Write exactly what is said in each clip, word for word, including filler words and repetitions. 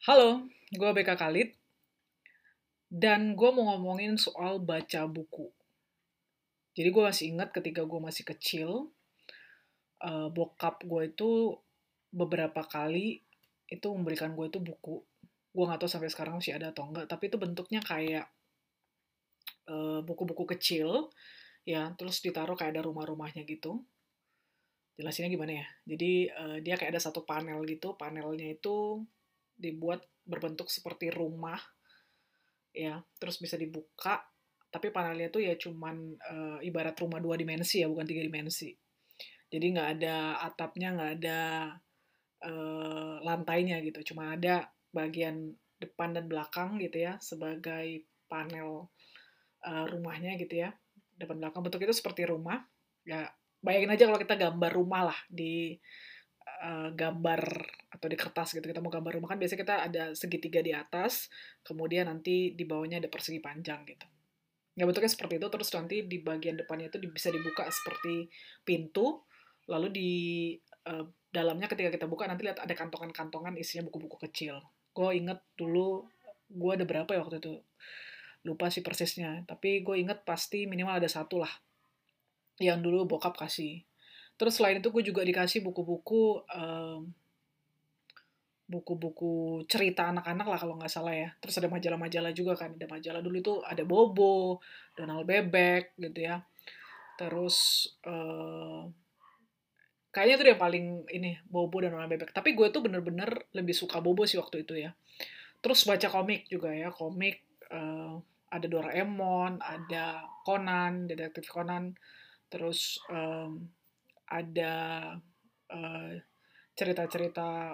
Halo, gue Beka Khalid, dan gue mau ngomongin soal baca buku. Jadi gue masih ingat ketika gue masih kecil, eh, bokap gue itu beberapa kali itu memberikan gue itu buku. Gue nggak tahu sampai sekarang masih ada atau enggak, tapi itu bentuknya kayak eh, buku-buku kecil, ya, terus ditaruh kayak ada rumah-rumahnya gitu. Jelasinnya gimana ya? Jadi eh, dia kayak ada satu panel gitu, panelnya itu dibuat berbentuk seperti rumah, ya, terus bisa dibuka, tapi panelnya tuh ya cuman eh, ibarat rumah dua dimensi ya, bukan tiga dimensi. Jadi nggak ada atapnya, nggak ada eh, lantainya gitu, cuma ada bagian depan dan belakang gitu ya, sebagai panel eh, rumahnya gitu ya, depan belakang bentuk itu seperti rumah. Ya, bayangin aja kalau kita gambar rumah lah di eh, gambar atau di kertas gitu, kita mau gambar rumah kan biasanya kita ada segitiga di atas, kemudian nanti di bawahnya ada persegi panjang gitu. Ya bentuknya seperti itu, terus nanti di bagian depannya itu bisa dibuka seperti pintu, lalu di eh, dalamnya ketika kita buka nanti lihat ada kantongan-kantongan isinya buku-buku kecil. Gue inget dulu, gue ada berapa ya waktu itu, lupa sih persisnya, tapi gue inget pasti minimal ada satu lah yang dulu bokap kasih. Terus selain itu gue juga dikasih buku-buku em, buku-buku cerita anak-anak lah kalau nggak salah ya. Terus ada majalah-majalah juga kan. Ada majalah dulu itu ada Bobo, Donald Bebek gitu ya. Terus eh kayaknya itu yang paling ini Bobo dan Donald Bebek. Tapi gue tuh bener-bener lebih suka Bobo sih waktu itu ya. Terus baca komik juga ya. Komik eh, ada Doraemon, ada Conan, Detektif Conan. Terus em, ada eh, cerita-cerita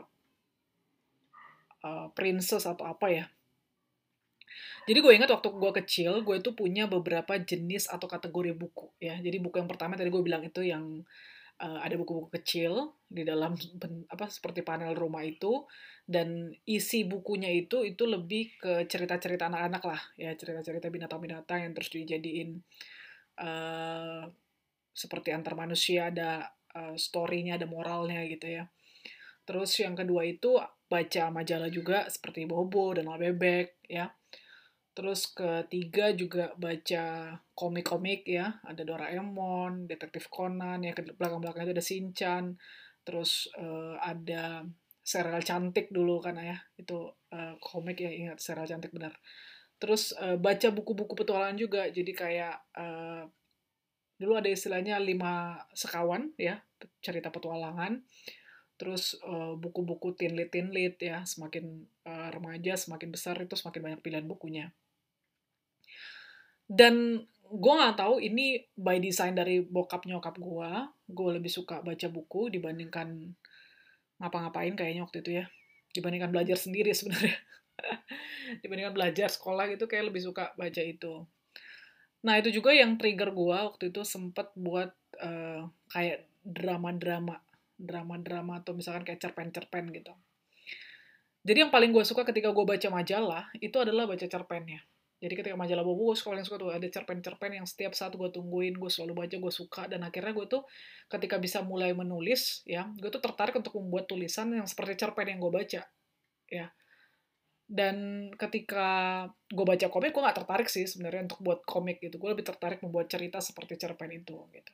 eh, princess atau apa ya. Jadi gue ingat waktu gue kecil, gue itu punya beberapa jenis atau kategori buku ya. Jadi buku yang pertama tadi gue bilang itu yang uh, ada buku-buku kecil di dalam ben- apa seperti panel rumah itu, dan isi bukunya itu itu lebih ke cerita-cerita anak-anak lah ya, cerita-cerita binatang-binatang yang terus dijadiin uh, seperti antar manusia, ada uh, story-nya, ada moralnya gitu ya. Terus yang kedua itu baca majalah juga seperti Bobo dan Bebek ya. Terus ketiga juga baca komik-komik ya, ada Doraemon, Detektif Conan, ya ke belakang-belakang itu ada Shinchan, terus eh, ada serial cantik dulu kan ya, itu eh, komik ya, ingat serial cantik benar. Terus eh, baca buku-buku petualangan juga, jadi kayak eh, dulu ada istilahnya lima sekawan ya, cerita petualangan. Terus eh, buku-buku tinlit-tinlit ya, semakin eh, remaja semakin besar itu semakin banyak pilihan bukunya. Dan gue nggak tahu ini by design dari bokap nyokap gue. Gue lebih suka baca buku dibandingkan ngapa-ngapain kayaknya waktu itu ya. Dibandingkan belajar sendiri sebenarnya. Dibandingkan belajar sekolah gitu kayak lebih suka baca itu. Nah itu juga yang trigger gue waktu itu sempet buat eh, kayak drama-drama. Drama-drama atau misalkan kayak cerpen-cerpen gitu. Jadi yang paling gue suka ketika gue baca majalah, itu adalah baca cerpennya. Jadi ketika majalah Bobo, gue paling suka tuh ada cerpen-cerpen yang setiap saat gue tungguin, gue selalu baca, gue suka, dan akhirnya gue tuh ketika bisa mulai menulis, ya, gue tuh tertarik untuk membuat tulisan yang seperti cerpen yang gue baca, ya. Dan ketika gue baca komik, gue gak tertarik sih sebenarnya untuk buat komik gitu. Gue lebih tertarik membuat cerita seperti cerpen itu, gitu.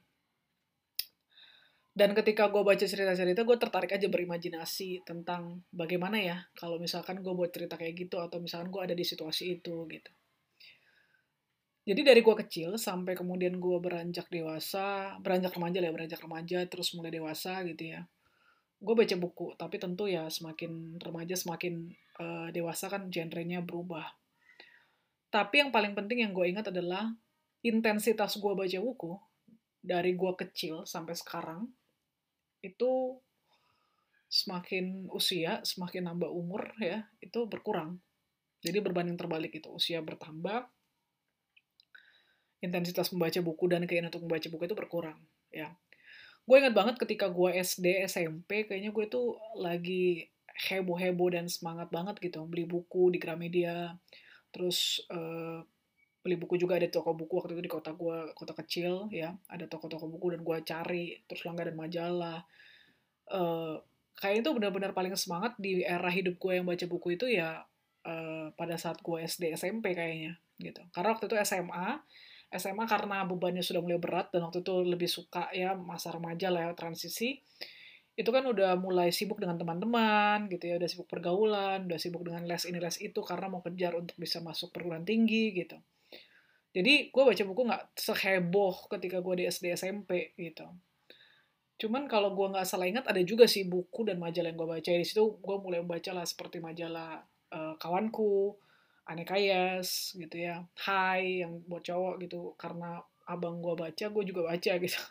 Dan ketika gue baca cerita-cerita, gue tertarik aja berimajinasi tentang bagaimana ya kalau misalkan gue buat cerita kayak gitu, atau misalkan gue ada di situasi itu, gitu. Jadi dari gue kecil sampai kemudian gue beranjak dewasa, beranjak remaja lah ya, beranjak remaja, terus mulai dewasa gitu ya. Gue baca buku, tapi tentu ya semakin remaja, semakin eh, dewasa kan genrenya berubah. Tapi yang paling penting yang gue ingat adalah intensitas gue baca buku dari gue kecil sampai sekarang itu semakin usia, semakin nambah umur ya, itu berkurang. Jadi berbanding terbalik itu, usia bertambah, intensitas membaca buku dan keinginan untuk membaca buku itu berkurang. Ya, gue ingat banget ketika gue S D, S M P, kayaknya gue tuh lagi heboh-heboh dan semangat banget gitu, beli buku di Gramedia, terus eh, beli buku juga ada toko buku waktu itu di kota gue, kota kecil ya, ada toko-toko buku dan gue cari, terus langganan majalah, eh, kayaknya itu benar-benar paling semangat di era hidup gue yang baca buku itu ya eh, pada saat gue S D S M P kayaknya gitu. Karena waktu itu S M A, S M A karena bebannya sudah mulai berat dan waktu itu lebih suka ya masa remaja lah ya transisi. Itu kan udah mulai sibuk dengan teman-teman gitu ya, udah sibuk pergaulan, udah sibuk dengan les ini les itu karena mau kejar untuk bisa masuk perguruan tinggi gitu. Jadi gue baca buku nggak seheboh ketika gue di S D S M P gitu. Cuman kalau gue nggak salah ingat ada juga sih buku dan majalah yang gue baca. Di situ gue mulai membaca lah seperti majalah eh, Kawanku, Aneka Yes gitu ya, Hai yang buat cowok gitu. Karena abang gue baca, gue juga baca gitu.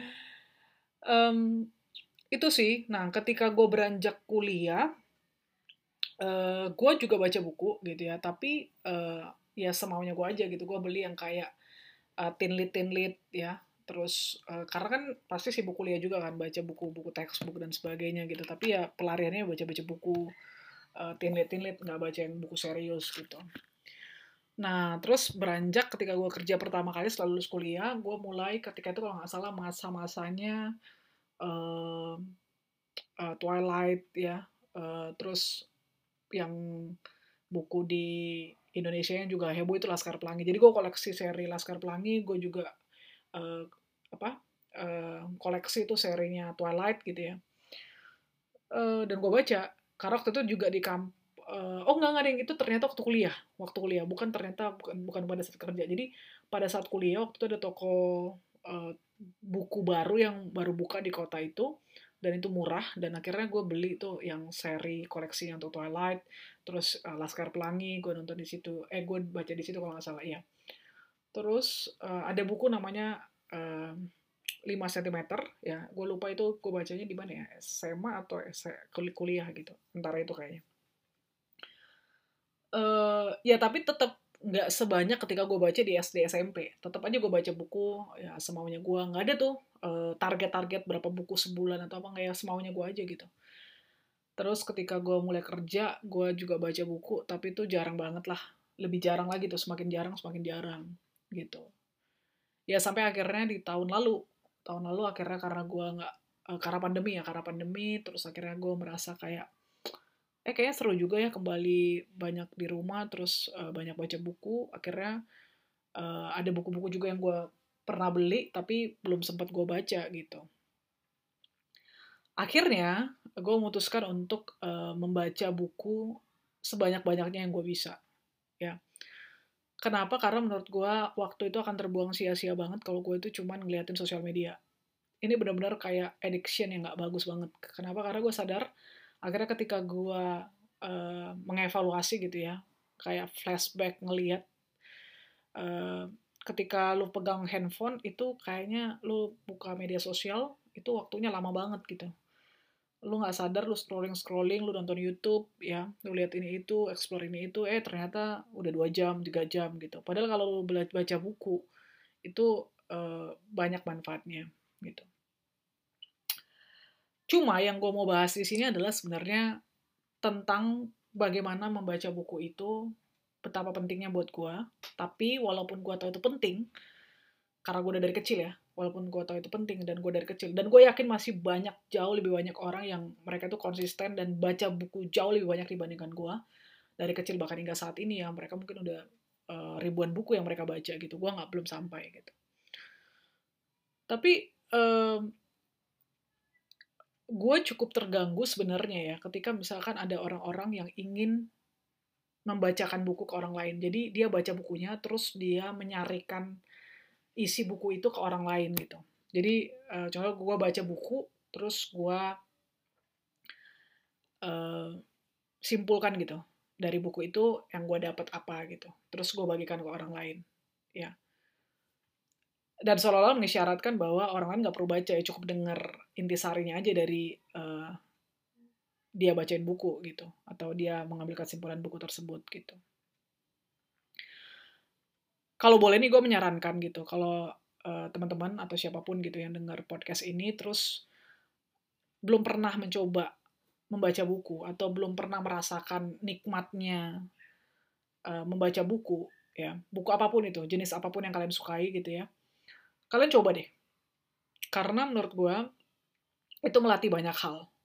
Em, itu sih. Nah, ketika gue beranjak kuliah, eh gue juga baca buku gitu ya. Tapi eh, ya semaunya gue aja gitu. Gue beli yang kayak uh, tinlit-tinlit ya. Terus uh, karena kan pasti sibuk kuliah juga kan baca buku-buku textbook dan sebagainya gitu. Tapi ya pelariannya baca-baca buku uh, tinlit-tinlit, nggak baca yang buku serius gitu. Nah, terus beranjak ketika gue kerja pertama kali setelah lulus kuliah, gue mulai ketika itu kalau nggak salah masa-masanya uh, uh, Twilight ya, uh, terus yang buku di Indonesia yang juga heboh itu Laskar Pelangi. Jadi gue koleksi seri Laskar Pelangi, gue juga uh, apa uh, koleksi itu serinya Twilight gitu ya. Uh, dan gue baca karena waktu itu juga di kamp uh, oh nggak nggak ada yang itu ternyata waktu kuliah waktu kuliah bukan ternyata bukan bukan pada saat kerja. Jadi pada saat kuliah waktu itu ada toko uh, buku baru yang baru buka di kota itu dan itu murah dan akhirnya gue beli tuh yang seri koleksi yang untuk Twilight terus uh, Laskar Pelangi gue nonton di situ eh gue baca di situ kalau nggak salah ya. Terus uh, ada buku namanya uh, lima sentimeter ya, gue lupa itu gue bacanya di mana ya, S M A atau kuliah gitu, antara itu kayaknya. Uh, ya tapi tetap nggak sebanyak ketika gue baca di S D S M P. Tetap aja gue baca buku ya semaunya gue, nggak ada tuh uh, target-target berapa buku sebulan atau apa, nggak ya semaunya gue aja gitu. Terus ketika gue mulai kerja, gue juga baca buku, tapi itu jarang banget lah, lebih jarang lagi tuh, semakin jarang semakin jarang gitu. Ya sampai akhirnya di tahun lalu tahun lalu akhirnya karena gue nggak uh, karena pandemi ya karena pandemi terus akhirnya gue merasa kayak eh kayaknya seru juga ya kembali banyak di rumah terus uh, banyak baca buku akhirnya uh, ada buku-buku juga yang gue pernah beli tapi belum sempat gue baca gitu. Akhirnya gue memutuskan untuk uh, membaca buku sebanyak-banyaknya yang gue bisa ya. Kenapa? Karena menurut gue waktu itu akan terbuang sia-sia banget kalau gue itu cuman ngeliatin sosial media. Ini benar-benar kayak addiction yang nggak bagus banget. Kenapa? Karena gue sadar akhirnya ketika gue uh, mengevaluasi gitu ya, kayak flashback ngeliat uh, ketika lu pegang handphone itu kayaknya lu buka media sosial itu waktunya lama banget gitu. Lu nggak sadar lu scrolling scrolling, lu nonton YouTube ya, lu lihat ini itu, explore ini itu, eh ternyata udah dua jam, tiga jam gitu. Padahal kalau lu baca buku itu uh, banyak manfaatnya gitu. Cuma yang gue mau bahas di sini adalah sebenarnya tentang bagaimana membaca buku itu, betapa pentingnya buat gue. Tapi walaupun gue tahu itu penting, karena gue udah dari kecil ya, walaupun gue tahu itu penting dan gue dari kecil, dan gue yakin masih banyak, jauh lebih banyak orang yang mereka itu konsisten dan baca buku jauh lebih banyak dibandingkan gue, dari kecil bahkan hingga saat ini ya, mereka mungkin udah uh, ribuan buku yang mereka baca gitu, gue nggak belum sampai gitu. Tapi um, gue cukup terganggu sebenarnya ya ketika misalkan ada orang-orang yang ingin membacakan buku ke orang lain. Jadi dia baca bukunya terus dia menyarikan isi buku itu ke orang lain gitu. Jadi uh, contoh gue baca buku terus gue uh, simpulkan gitu dari buku itu yang gue dapat apa gitu. Terus gue bagikan ke orang lain. Ya. Dan seolah-olah mengisyaratkan bahwa orang lain nggak perlu baca ya cukup dengar intisarinya aja dari uh, dia bacain buku gitu atau dia mengambil kesimpulan buku tersebut gitu. Kalau boleh nih gue menyarankan gitu kalau uh, teman-teman atau siapapun gitu yang dengar podcast ini terus belum pernah mencoba membaca buku atau belum pernah merasakan nikmatnya uh, membaca buku ya, buku apapun itu, jenis apapun yang kalian sukai gitu ya. Kalian coba deh. Karena menurut gue itu melatih banyak hal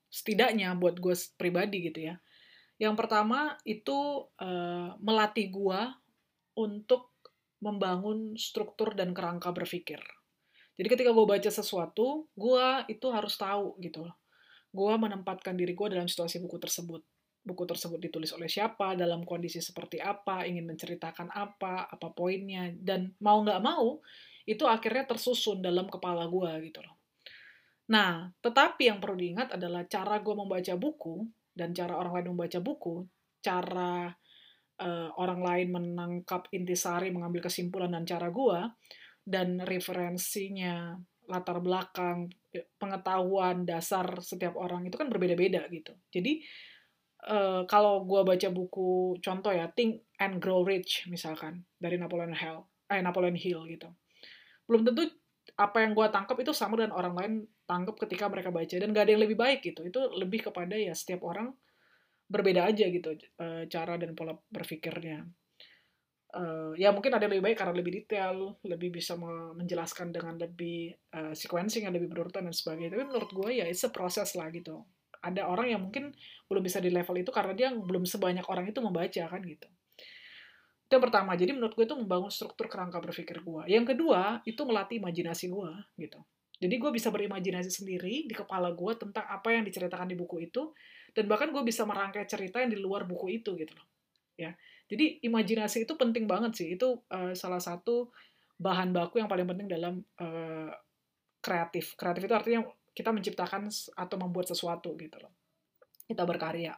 setidaknya buat gue pribadi gitu ya. Yang pertama itu uh, melatih gue untuk membangun struktur dan kerangka berpikir. Jadi ketika gue baca sesuatu, gue itu harus tahu gitu loh. Gue menempatkan diri gue dalam situasi buku tersebut. Buku tersebut ditulis oleh siapa, dalam kondisi seperti apa, ingin menceritakan apa, apa poinnya, dan mau nggak mau, itu akhirnya tersusun dalam kepala gue gitu loh. Nah, tetapi yang perlu diingat adalah cara gue membaca buku, dan cara orang lain membaca buku, cara uh, orang lain menangkap intisari, mengambil kesimpulan dan cara gue, dan referensinya, latar belakang, pengetahuan dasar setiap orang itu kan berbeda-beda gitu. Jadi uh, kalau gue baca buku contoh ya Think and Grow Rich misalkan dari Napoleon Hill, eh Napoleon Hill gitu, belum tentu apa yang gue tangkap itu sama dengan orang lain tangkap ketika mereka baca, dan gak ada yang lebih baik gitu. Itu lebih kepada ya setiap orang berbeda aja gitu uh, cara dan pola berpikirnya. Uh, ya mungkin ada yang lebih baik karena lebih detail, lebih bisa menjelaskan dengan lebih uh, sequencing yang lebih berurutan dan sebagainya. Tapi menurut gue ya it's a process lah gitu. Ada orang yang mungkin belum bisa di level itu karena dia belum sebanyak orang itu membaca kan gitu. Itu yang pertama. Jadi menurut gue itu membangun struktur kerangka berpikir gue. Yang kedua itu melatih imajinasi gue gitu. Jadi gue bisa berimajinasi sendiri di kepala gue tentang apa yang diceritakan di buku itu, dan bahkan gue bisa merangkai cerita yang di luar buku itu gitu loh. Ya. Jadi imajinasi itu penting banget sih. Itu uh, salah satu bahan baku yang paling penting dalam uh, kreatif. Kreatif itu artinya kita menciptakan atau membuat sesuatu gitu loh. Kita berkarya.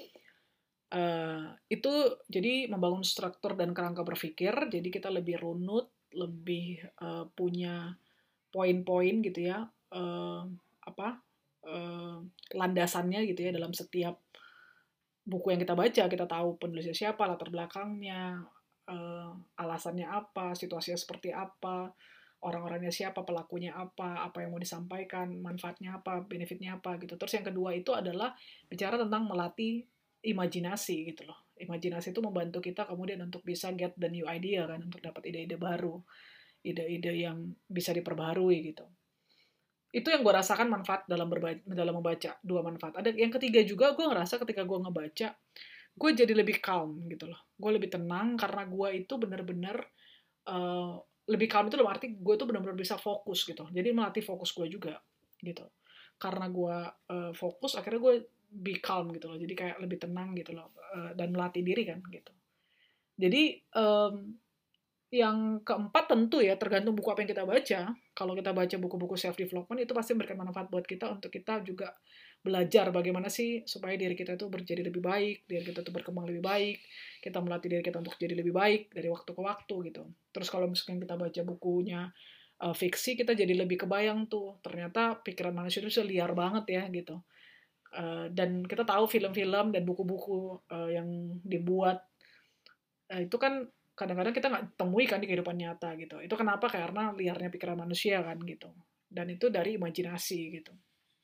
Uh, itu jadi membangun struktur dan kerangka berpikir. Jadi kita lebih runut, lebih uh, punya poin-poin gitu ya. Uh, apa? Uh, landasannya gitu ya dalam setiap buku yang kita baca. Kita tahu penulisnya siapa, latar belakangnya, uh, alasannya apa, situasinya seperti apa, orang-orangnya siapa, pelakunya apa, apa yang mau disampaikan, manfaatnya apa, benefitnya apa gitu. Terus yang kedua itu adalah bicara tentang melatih imajinasi gitu loh. Imajinasi itu membantu kita kemudian untuk bisa get the new idea kan, untuk dapat ide-ide baru, ide-ide yang bisa diperbaharui gitu. Itu yang gue rasakan manfaat dalam berbaca, dalam membaca, dua manfaat. Ada yang ketiga juga, gue ngerasa ketika gue ngebaca, gue jadi lebih calm gitu loh. Gue lebih tenang karena gue itu bener-bener uh, lebih calm itu dalam arti gue tuh benar-benar bisa fokus gitu. Jadi melatih fokus gue juga gitu. Karena gue uh, fokus, akhirnya gue be calm gitu loh. Jadi kayak lebih tenang gitu loh, uh, dan melatih diri kan gitu. Jadi um, yang keempat tentu ya tergantung buku apa yang kita baca. Kalau kita baca buku-buku self development itu pasti memberikan manfaat buat kita untuk kita juga belajar bagaimana sih supaya diri kita itu menjadi lebih baik, diri kita itu berkembang lebih baik, kita melatih diri kita untuk jadi lebih baik dari waktu ke waktu gitu. Terus kalau misalkan kita baca bukunya uh, fiksi, kita jadi lebih kebayang tuh ternyata pikiran manusia itu liar banget ya gitu. Uh, dan kita tahu film-film dan buku-buku uh, yang dibuat uh, itu kan kadang-kadang kita nggak temui kan di kehidupan nyata gitu. Itu kenapa? Karena liarnya pikiran manusia kan gitu. Dan itu dari imajinasi gitu.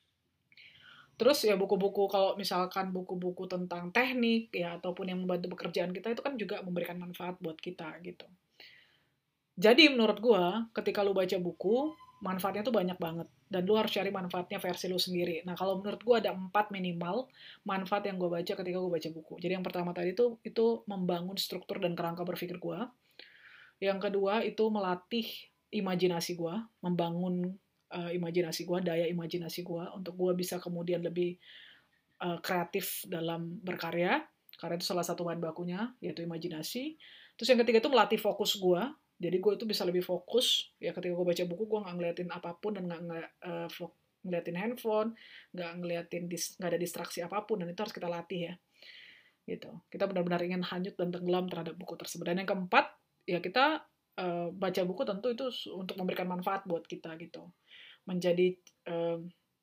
Terus ya buku-buku, kalau misalkan buku-buku tentang teknik ya ataupun yang membantu pekerjaan kita itu kan juga memberikan manfaat buat kita gitu. Jadi menurut gua ketika lu baca buku, manfaatnya tuh banyak banget. Dan lu harus cari manfaatnya versi lu sendiri. Nah kalau menurut gua ada empat minimal manfaat yang gua baca ketika gua baca buku. Jadi yang pertama tadi itu itu membangun struktur dan kerangka berpikir gua. Yang kedua itu melatih imajinasi gue, membangun uh, imajinasi gue, daya imajinasi gue, untuk gue bisa kemudian lebih uh, kreatif dalam berkarya, karena itu salah satu bahan bakunya, yaitu imajinasi. Terus yang ketiga itu melatih fokus gue, jadi gue itu bisa lebih fokus, ya ketika gue baca buku, gue nggak ngeliatin apapun, dan nggak uh, ngeliatin handphone, nggak ngeliatin, nggak ada distraksi apapun, dan itu harus kita latih ya. Gitu. Kita benar-benar ingin hanyut dan tenggelam terhadap buku tersebut. Dan yang keempat, ya kita uh, baca buku tentu itu untuk memberikan manfaat buat kita gitu, menjadi uh,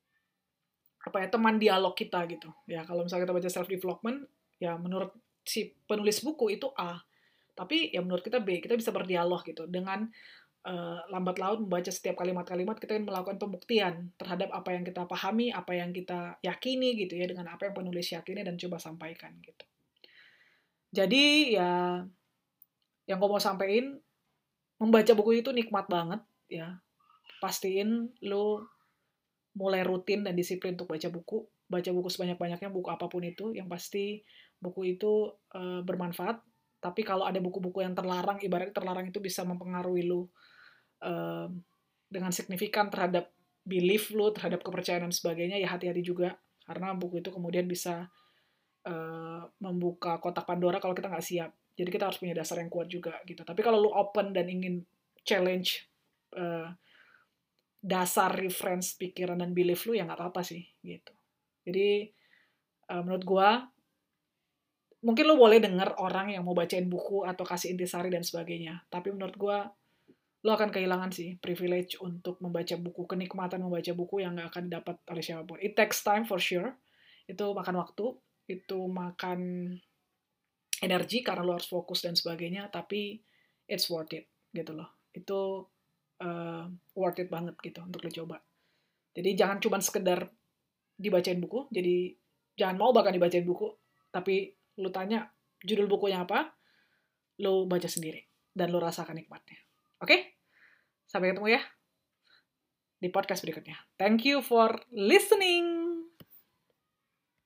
apa ya teman dialog kita gitu ya. Kalau misalnya kita baca self development ya menurut si penulis buku itu A, tapi ya menurut kita B. Kita bisa berdialog gitu dengan uh, lambat laun membaca setiap kalimat-kalimat, kita ingin melakukan pembuktian terhadap apa yang kita pahami, apa yang kita yakini gitu ya, dengan apa yang penulis yakini dan coba sampaikan gitu. Jadi ya yang gue mau sampein, membaca buku itu nikmat banget ya. Pastiin lu mulai rutin dan disiplin untuk baca buku. baca buku sebanyak-banyaknya, buku apapun itu, yang pasti buku itu uh, bermanfaat. Tapi kalau ada buku-buku yang terlarang, ibaratnya terlarang itu bisa mempengaruhi lu uh, dengan signifikan terhadap belief lu, terhadap kepercayaan dan sebagainya, ya hati-hati juga. Karena buku itu kemudian bisa uh, membuka kotak Pandora kalau kita nggak siap. Jadi kita harus punya dasar yang kuat juga gitu. Tapi kalau lu open dan ingin challenge uh, dasar reference pikiran dan belief lu, ya nggak apa-apa sih gitu. Jadi uh, menurut gua mungkin lu boleh denger orang yang mau bacain buku atau kasih intisari dan sebagainya. Tapi menurut gua lo akan kehilangan sih privilege untuk membaca buku, kenikmatan membaca buku yang nggak akan dapat oleh siapapun. It takes time for sure. Itu makan waktu, itu makan energi karena lo harus fokus dan sebagainya, tapi it's worth it gitu loh. Itu uh, worth it banget gitu untuk lo coba. Jadi jangan cuma sekedar dibacain buku, jadi jangan mau bahkan dibacain buku, tapi lo tanya judul bukunya apa, lo baca sendiri dan lo rasakan nikmatnya. Oke? Okay? Sampai ketemu ya di podcast berikutnya. Thank you for listening.